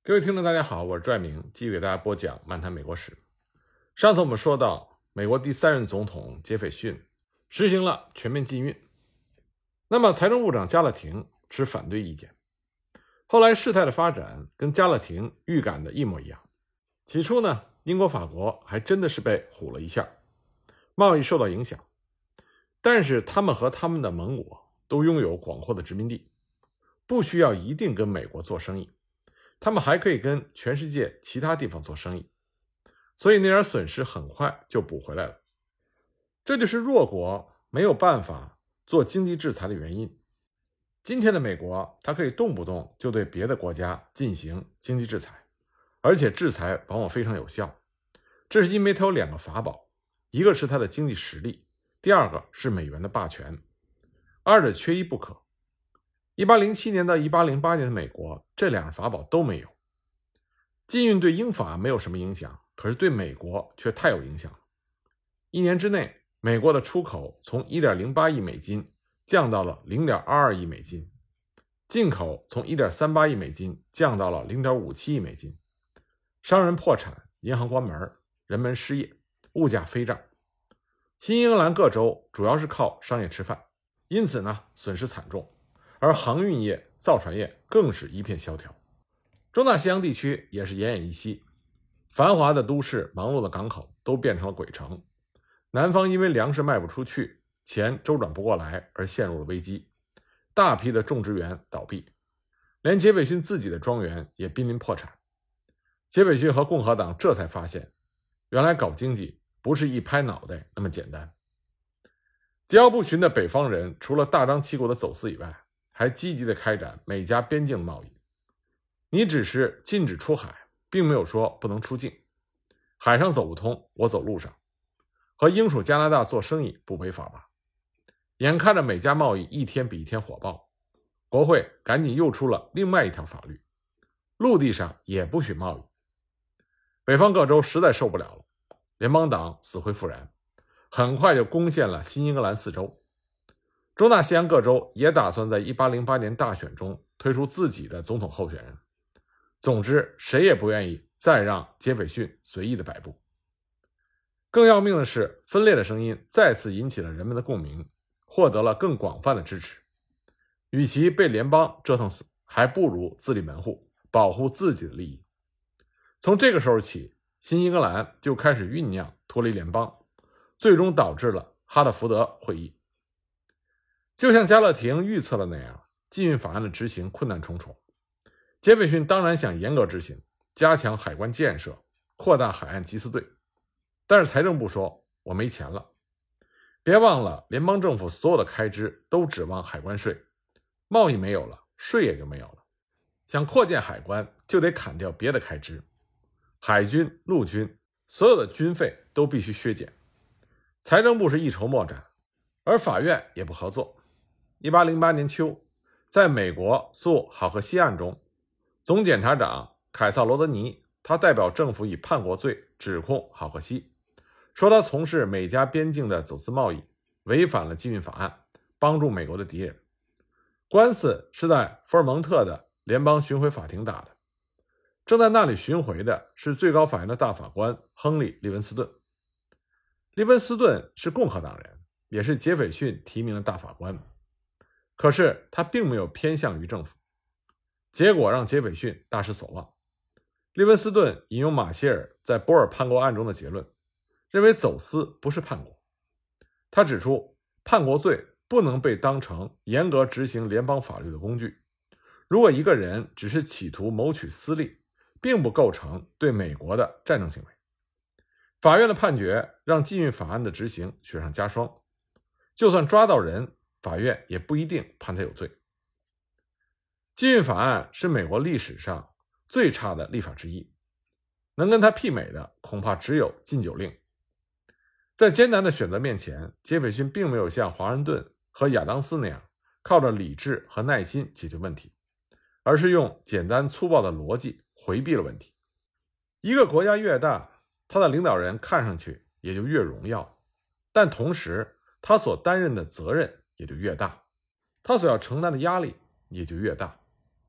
各位听众大家好，我是拽明，继续给大家播讲漫谈美国史。上次我们说到美国第3任总统杰斐逊实行了全面禁运，那么财政部长加勒廷持反对意见。后来事态的发展跟加勒廷预感的一模一样。起初呢，英国法国还真的是被唬了一下，贸易受到影响，但是他们和他们的盟国都拥有广阔的殖民地，不需要一定跟美国做生意，他们还可以跟全世界其他地方做生意，所以那点损失很快就补回来了。这就是弱国没有办法做经济制裁的原因。今天的美国，它可以动不动就对别的国家进行经济制裁，而且制裁往往非常有效。这是因为它有2个法宝，一个是它的经济实力，第二个是美元的霸权，二者缺一不可。1807年到1808年的美国，这2个法宝都没有。禁运对英法没有什么影响，可是对美国却太有影响了。1年之内，美国的出口从 1.08 亿美金降到了 0.22 亿美金，进口从 1.38 亿美金降到了 0.57 亿美金，商人破产，银行关门，人们失业，物价飞涨。新英格兰各州主要是靠商业吃饭，因此呢，损失惨重，而航运业、造船业更是一片萧条。中大西洋地区也是奄奄一息，繁华的都市、忙碌的港口都变成了鬼城。南方因为粮食卖不出去，钱周转不过来而陷入了危机，大批的种植园倒闭，连杰斐逊自己的庄园也濒临破产。杰斐逊和共和党这才发现，原来搞经济不是一拍脑袋那么简单。桀骜不驯的北方人除了大张旗鼓的走私以外，还积极的开展美加边境贸易。你只是禁止出海，并没有说不能出境。海上走不通，我走路上。和英属加拿大做生意不违法吧？眼看着美加贸易一天比一天火爆，国会赶紧又出了另外一条法律，陆地上也不许贸易。北方各州实在受不了了，联邦党死灰复燃，很快就攻陷了新英格兰4州。中大西洋各州也打算在1808年大选中推出自己的总统候选人。总之，谁也不愿意再让杰斐逊随意的摆布。更要命的是，分裂的声音再次引起了人们的共鸣，获得了更广泛的支持。与其被联邦折腾死，还不如自立门户，保护自己的利益。从这个时候起，新英格兰就开始酝酿脱离联邦，最终导致了哈特福德会议。就像加勒廷预测的那样，禁运法案的执行困难重重。杰斐逊当然想严格执行，加强海关建设，扩大海岸缉私队，但是财政部说我没钱了。别忘了，联邦政府所有的开支都指望海关税，贸易没有了，税也就没有了。想扩建海关，就得砍掉别的开支，海军、陆军所有的军费都必须削减。财政部是一筹莫展，而法院也不合作。1808年秋，在美国诉好克西案中，总检察长凯撒罗德尼他代表政府以叛国罪指控好克西，说他从事美加边境的走私贸易，违反了禁运法案，帮助美国的敌人。官司是在福尔蒙特的联邦巡回法庭打的，正在那里巡回的是最高法院的大法官亨利·利文斯顿。利文斯顿是共和党人，也是杰斐逊提名的大法官，可是他并没有偏向于政府，结果让杰斐逊大失所望。利文斯顿引用马歇尔在波尔叛国案中的结论，认为走私不是叛国。他指出，叛国罪不能被当成严格执行联邦法律的工具。如果一个人只是企图谋取私利，并不构成对美国的战争行为。法院的判决让禁运法案的执行雪上加霜，就算抓到人，法院也不一定判他有罪。禁运法案是美国历史上最差的立法之一，能跟它媲美的恐怕只有禁酒令。在艰难的选择面前，杰斐逊并没有像华盛顿和亚当斯那样靠着理智和耐心解决问题，而是用简单粗暴的逻辑回避了问题。一个国家越大，他的领导人看上去也就越荣耀，但同时他所担任的责任也就越大，他所要承担的压力也就越大。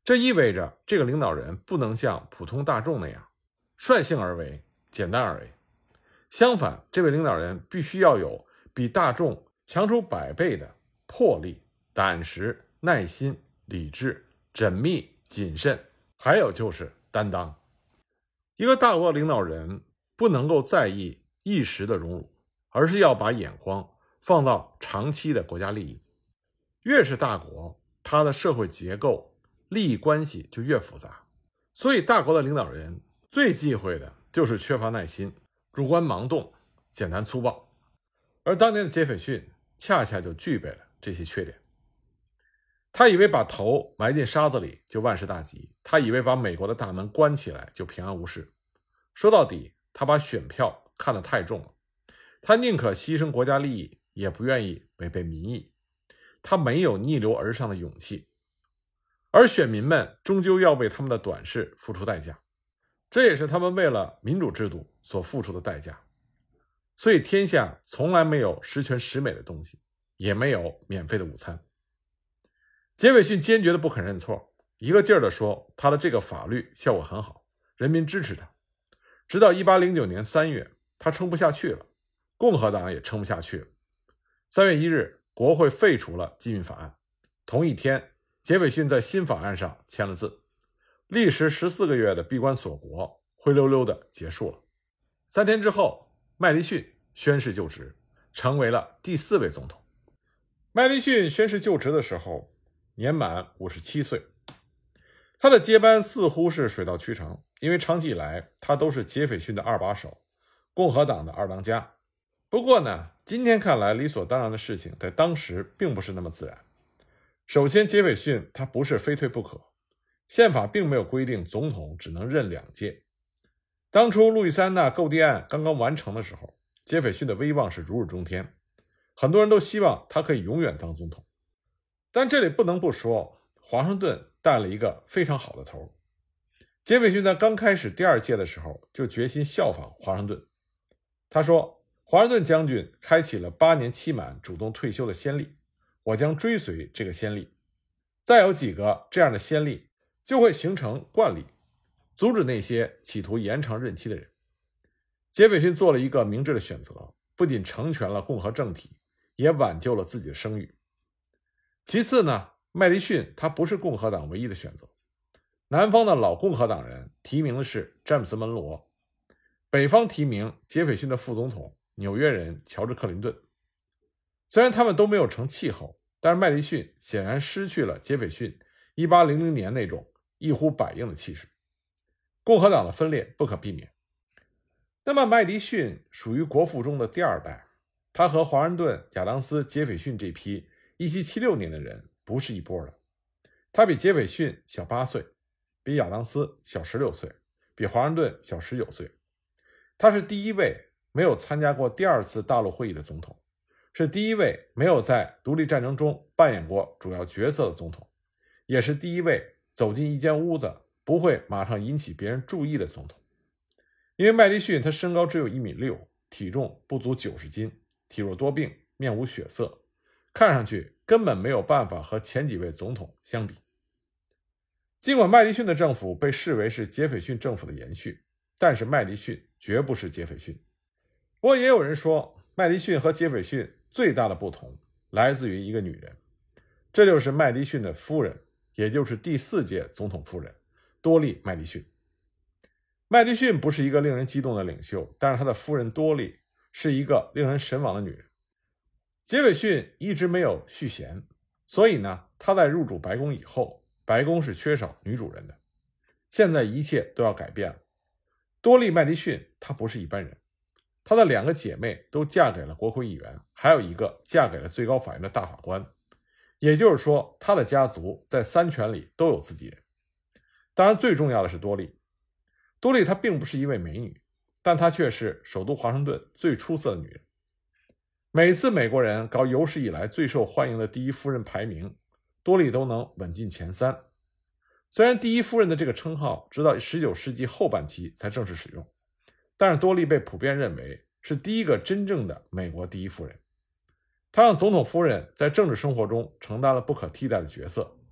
这意味着这个领导人不能像普通大众那样率性而为、简单而为。相反，这位领导人必须要有比大众强出100倍的魄力、胆识、耐心、理智、缜密、谨慎，还有就是担当。一个大国的领导人不能够在意一时的荣辱，而是要把眼光放到长期的国家利益。越是大国，它的社会结构、利益关系就越复杂，所以大国的领导人最忌讳的就是缺乏耐心、主观盲动、简单粗暴。而当年的杰斐逊恰恰就具备了这些缺点。他以为把头埋进沙子里就万事大吉，他以为把美国的大门关起来就平安无事。说到底，他把选票看得太重了，他宁可牺牲国家利益，也不愿意违背民意。他没有逆流而上的勇气，而选民们终究要为他们的短视付出代价，这也是他们为了民主制度所付出的代价。所以天下从来没有十全十美的东西，也没有免费的午餐。杰斐逊坚决的不肯认错，一个劲儿的说他的这个法律效果很好，人民支持他。直到1809年3月，他撑不下去了，共和党也撑不下去了。3月1日，国会废除了禁运法案。同一天，杰斐逊在新法案上签了字，历时14个月的闭关锁国灰溜溜的结束了。3天之后，麦迪逊宣誓就职，成为了第4位总统。麦迪逊宣誓就职的时候年满57岁，他的接班似乎是水到渠成，因为长期以来他都是杰斐逊的二把手，共和党的二当家。不过呢，今天看来理所当然的事情，在当时并不是那么自然。首先，杰斐逊他不是非退不可，宪法并没有规定总统只能任2届。当初路易斯安那购地案刚刚完成的时候，杰斐逊的威望是如日中天，很多人都希望他可以永远当总统。但这里不能不说，华盛顿带了一个非常好的头。杰斐逊在刚开始第2届的时候就决心效仿华盛顿。他说，华盛顿将军开启了8年期满主动退休的先例，我将追随这个先例。再有几个这样的先例，就会形成惯例，阻止那些企图延长任期的人。杰斐逊做了一个明智的选择，不仅成全了共和政体，也挽救了自己的声誉。其次呢，麦迪逊他不是共和党唯一的选择。南方的老共和党人提名的是詹姆斯·门罗，北方提名杰斐逊的副总统纽约人乔治·克林顿。虽然他们都没有成气候，但是麦迪逊显然失去了杰斐逊1800年那种一呼百应的气势。共和党的分裂不可避免。那么麦迪逊属于国父中的第2代，他和华盛顿、亚当斯、杰斐逊这批1776年的人不是一波的。他比杰斐逊小8岁，比亚当斯小16岁，比华盛顿小19岁。他是第1位没有参加过第2次大陆会议的总统，是第1位没有在独立战争中扮演过主要角色的总统，也是第1位走进一间屋子不会马上引起别人注意的总统。因为麦迪逊他身高只有1.6米，体重不足90斤，体弱多病，面无血色，看上去根本没有办法和前几位总统相比。尽管麦迪逊的政府被视为是杰斐逊政府的延续，但是麦迪逊绝不是杰斐逊。不过也有人说，麦迪逊和杰斐逊最大的不同来自于一个女人，这就是麦迪逊的夫人，也就是第4届总统夫人多莉·麦迪逊。麦迪逊不是一个令人激动的领袖，但是他的夫人多莉是一个令人神往的女人。杰斐逊一直没有续弦，所以呢，他在入主白宫以后，白宫是缺少女主人的。现在一切都要改变了。多莉·麦迪逊她不是一般人，她的2个姐妹都嫁给了国会议员，还有一个嫁给了最高法院的大法官。也就是说，她的家族在3权里都有自己人。当然最重要的是多莉。多莉她并不是一位美女，但她却是首都华盛顿最出色的女人。每次美国人搞有史以来最受欢迎的第1夫人排名，多莉都能稳进前3。虽然第1夫人的这个称号直到19世纪后半期才正式使用，但是多莉被普遍认为是第1个真正的美国第1夫人。她让总统夫人在政治生活中承担了不可替代的角色。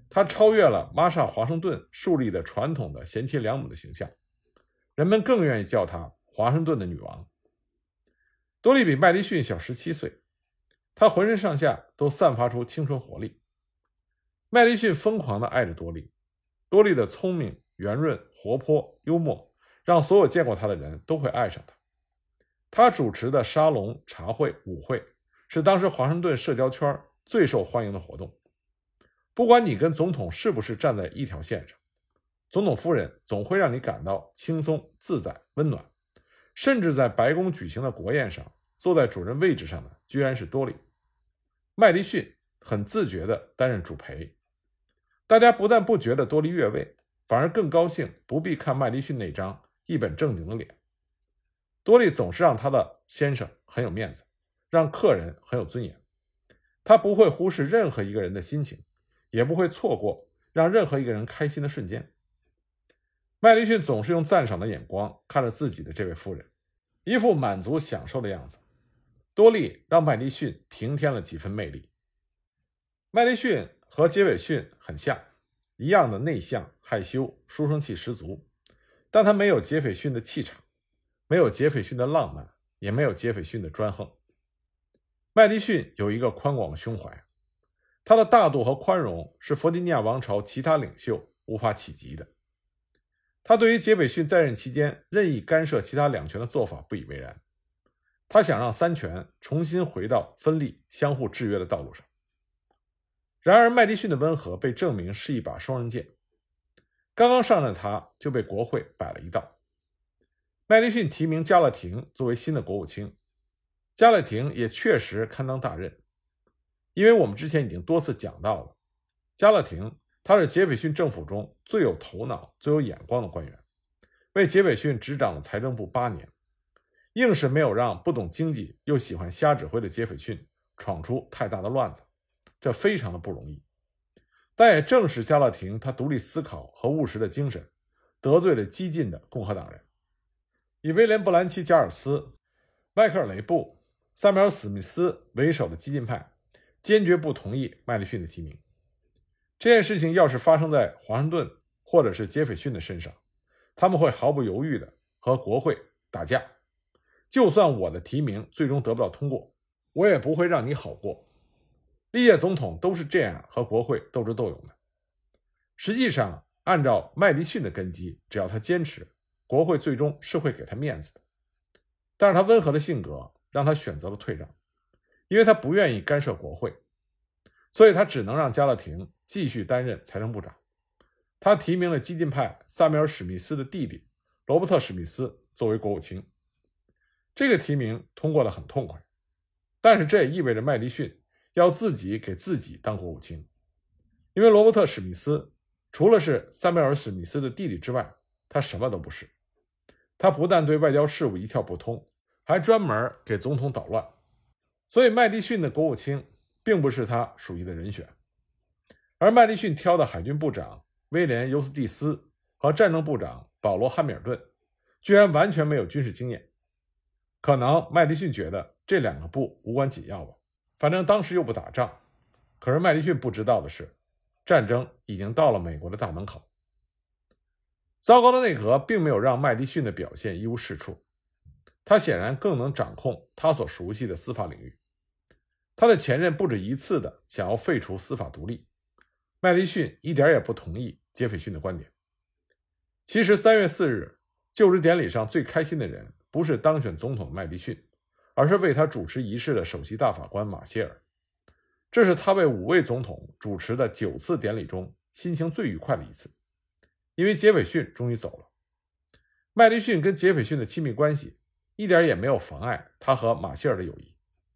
她超越了玛莎·华盛顿树立的传统的贤妻良母的形象，人们更愿意叫她华盛顿的女王。多莉比麦迪逊小17岁，她浑身上下都散发出青春活力。麦迪逊疯狂地爱着多莉，多莉的聪明、圆润、活泼、幽默，让所有见过她的人都会爱上她。她主持的沙龙、茶会、舞会是当时华盛顿社交圈最受欢迎的活动。不管你跟总统是不是站在一条线上，总统夫人总会让你感到轻松、自在、温暖。甚至在白宫举行的国宴上，坐在主人位置上的居然是多莉。麦迪逊很自觉地担任主陪。大家不但不觉得多莉越位，反而更高兴不必看麦迪逊那张一本正经的脸。多莉总是让她的先生很有面子，让客人很有尊严。她不会忽视任何一个人的心情，也不会错过让任何一个人开心的瞬间。麦迪逊总是用赞赏的眼光看着自己的这位夫人，一副满足享受的样子。多莉让麦迪逊平添了几分魅力。麦迪逊和杰斐逊很像，一样的内向、害羞、书生气十足，但他没有杰斐逊的气场，没有杰斐逊的浪漫，也没有杰斐逊的专横。麦迪逊有一个宽广的胸怀，他的大度和宽容是弗吉尼亚王朝其他领袖无法企及的。他对于杰斐逊在任期间任意干涉其他两权的做法不以为然，他想让三权重新回到分立、相互制约的道路上。然而麦迪逊的温和被证明是一把双刃剑，刚刚上任他就被国会摆了一道。麦迪逊提名加勒廷作为新的国务卿，加勒廷也确实堪当大任，因为我们之前已经多次讲到了，加勒廷他是杰斐逊政府中最有头脑、最有眼光的官员，为杰斐逊执掌了财政部8年，硬是没有让不懂经济又喜欢瞎指挥的杰斐逊闯出太大的乱子，这非常的不容易。但也正是加勒廷他独立思考和务实的精神，得罪了激进的共和党人。以威廉·布兰奇·贾尔斯、迈克尔·雷布、萨缪尔·史密斯为首的激进派坚决不同意麦迪逊的提名。这件事情要是发生在华盛顿或者是杰斐逊的身上，他们会毫不犹豫地和国会打架。就算我的提名最终得不到通过，我也不会让你好过。历届总统都是这样和国会斗智斗勇的。实际上，按照麦迪逊的根基，只要他坚持，国会最终是会给他面子的。但是他温和的性格让他选择了退让，因为他不愿意干涉国会，所以他只能让加勒廷继续担任财政部长。他提名了激进派萨缪尔·史密斯的弟弟罗伯特·史密斯作为国务卿。这个提名通过得很痛快，但是这也意味着麦迪逊要自己给自己当国务卿，因为罗伯特·史密斯除了是萨缪尔·史密斯的弟弟之外，他什么都不是。他不但对外交事务一窍不通，还专门给总统捣乱。所以麦迪逊的国务卿并不是他属意的人选。而麦迪逊挑的海军部长威廉·尤斯蒂斯和战争部长保罗·汉密尔顿居然完全没有军事经验。可能麦迪逊觉得这2个部无关紧要吧，反正当时又不打仗。可是麦迪逊不知道的是，战争已经到了美国的大门口。糟糕的内阁并没有让麦迪逊的表现一无是处，他显然更能掌控他所熟悉的司法领域。他的前任不止一次的想要废除司法独立，麦迪逊一点也不同意杰斐逊的观点。其实3月4日就职典礼上最开心的人不是当选总统的麦迪逊，而是为他主持仪式的首席大法官马歇尔。这是他为5位总统主持的9次典礼中心情最愉快的一次，因为杰斐逊终于走了。麦迪逊跟杰斐逊的亲密关系一点也没有妨碍他和马歇尔的友谊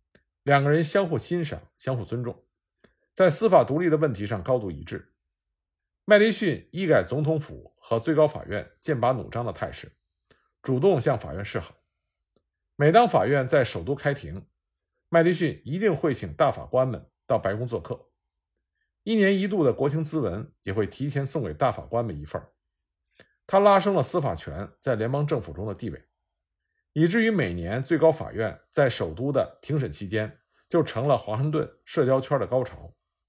，2个人相互欣赏，相互尊重，在司法独立的问题上高度一致。麦迪逊一改总统府和最高法院剑拔弩张的态势，主动向法院示好。每当法院在首都开庭，麦迪逊一定会请大法官们到白宫做客，1年1度的国情咨文也会提前送给大法官们一份。他拉升了司法权在联邦政府中的地位，以至于每年最高法院在首都的庭审期间就成了华盛顿社交圈的高潮。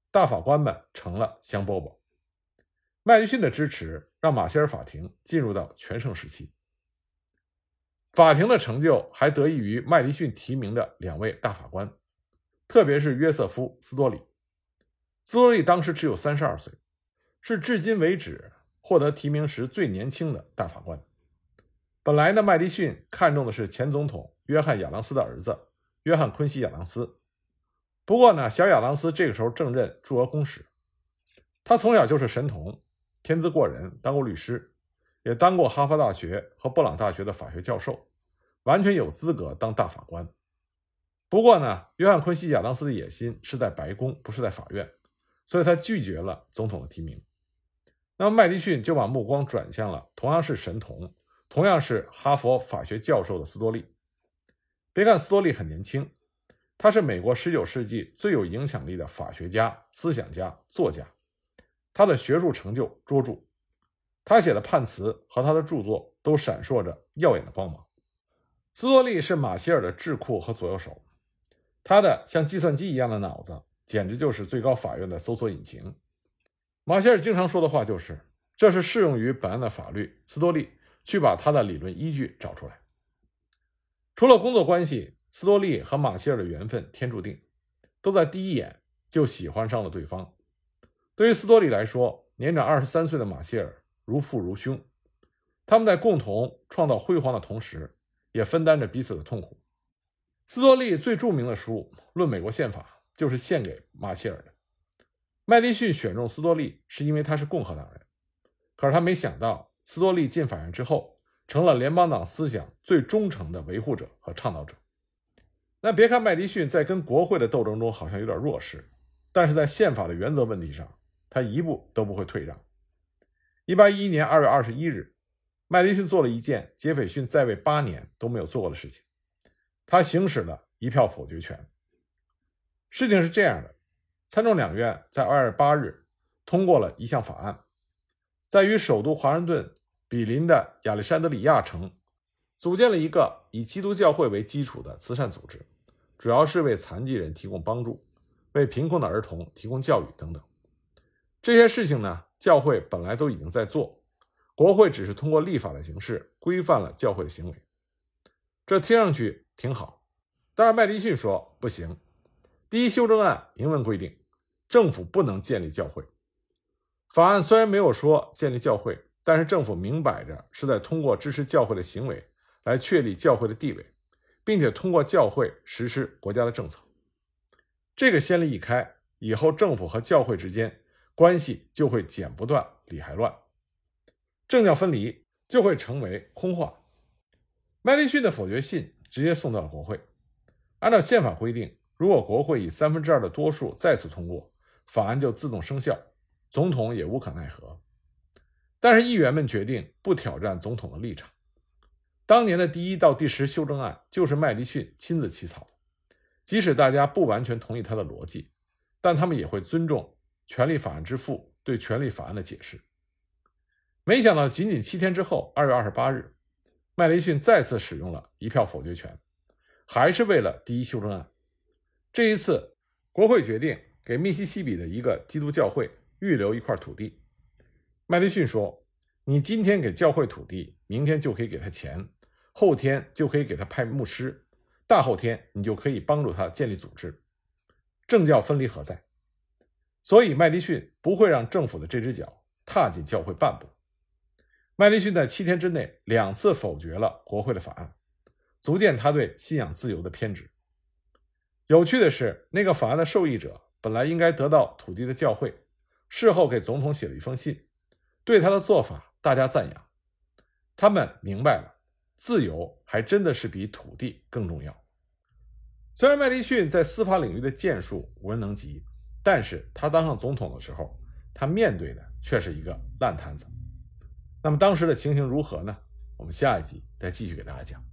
大法官们成了香饽饽。麦迪逊的支持让马歇尔法庭进入到全盛时期。法庭的成就还得益于麦迪逊提名的2位大法官，特别是约瑟夫·斯多里。斯多利当时只有32岁，是至今为止获得提名时最年轻的大法官。本来呢，麦迪逊看中的是前总统约翰·亚当斯的儿子约翰·昆西·亚当斯。不过呢，小亚当斯这个时候正任驻俄公使，他从小就是神童，天资过人，当过律师，也当过哈佛大学和布朗大学的法学教授，完全有资格当大法官。不过呢，约翰·昆西·亚当斯的野心是在白宫，不是在法院，所以他拒绝了总统的提名。那么麦迪逊就把目光转向了同样是神童，同样是哈佛法学教授的斯多利。别看斯多利很年轻，他是美国19世纪最有影响力的法学家、思想家、作家，他的学术成就卓著，他写的判词和他的著作都闪烁着耀眼的光芒。斯多利是马歇尔的智库和左右手，他的像计算机一样的脑子简直就是最高法院的搜索引擎。马歇尔经常说的话就是，这是适用于本案的法律，斯多利去把他的理论依据找出来。除了工作关系，斯多利和马歇尔的缘分天注定，都在第一眼就喜欢上了对方。对于斯多利来说，年长23岁的马歇尔如父如兄，他们在共同创造辉煌的同时，也分担着彼此的痛苦。斯多利最著名的书《论美国宪法》就是献给马歇尔的。麦迪逊选中斯多利是因为他是共和党人，可是他没想到斯多利进法院之后成了联邦党思想最忠诚的维护者和倡导者。那别看麦迪逊在跟国会的斗争中好像有点弱势，但是在宪法的原则问题上，他一步都不会退让。1811年2月21日，麦迪逊做了一件杰斐逊在位8年都没有做过的事情，他行使了一票否决权。事情是这样的，参众两院在2月8日通过了一项法案，在与首都华盛顿比邻的亚历山德里亚城组建了一个以基督教会为基础的慈善组织，主要是为残疾人提供帮助，为贫困的儿童提供教育等等。这些事情呢，教会本来都已经在做，国会只是通过立法的形式规范了教会的行为。这听上去挺好，但是麦迪逊说不行。第一修正案明文规定，政府不能建立教会。法案虽然没有说建立教会，但是政府明摆着是在通过支持教会的行为来确立教会的地位，并且通过教会实施国家的政策。这个先例一开，以后政府和教会之间关系就会剪不断理还乱，政教分离就会成为空话。麦迪逊的否决信直接送到了国会。按照宪法规定，如果国会以2/3的多数再次通过，法案就自动生效，总统也无可奈何。但是议员们决定不挑战总统的立场。当年的第1到第10修正案就是麦迪逊亲自起草的，即使大家不完全同意他的逻辑，但他们也会尊重权力法案之父对权力法案的解释。没想到仅仅7天之后，2月28日，麦迪逊再次使用了一票否决权，还是为了第1修正案。这一次，国会决定给密西西比的一个基督教会预留一块土地。麦迪逊说，你今天给教会土地，明天就可以给他钱，后天就可以给他派牧师，大后天你就可以帮助他建立组织。政教分离何在？所以麦迪逊不会让政府的这只脚踏进教会半步。麦迪逊在7天之内2次否决了国会的法案，足见他对信仰自由的偏执。有趣的是，那个法案的受益者本来应该得到土地的教会，事后给总统写了一封信，对他的做法大加赞扬。他们明白了，自由还真的是比土地更重要。虽然麦迪逊在司法领域的建树无人能及，但是他当上总统的时候，他面对的却是一个烂摊子。那么当时的情形如何呢？我们下一集再继续给大家讲。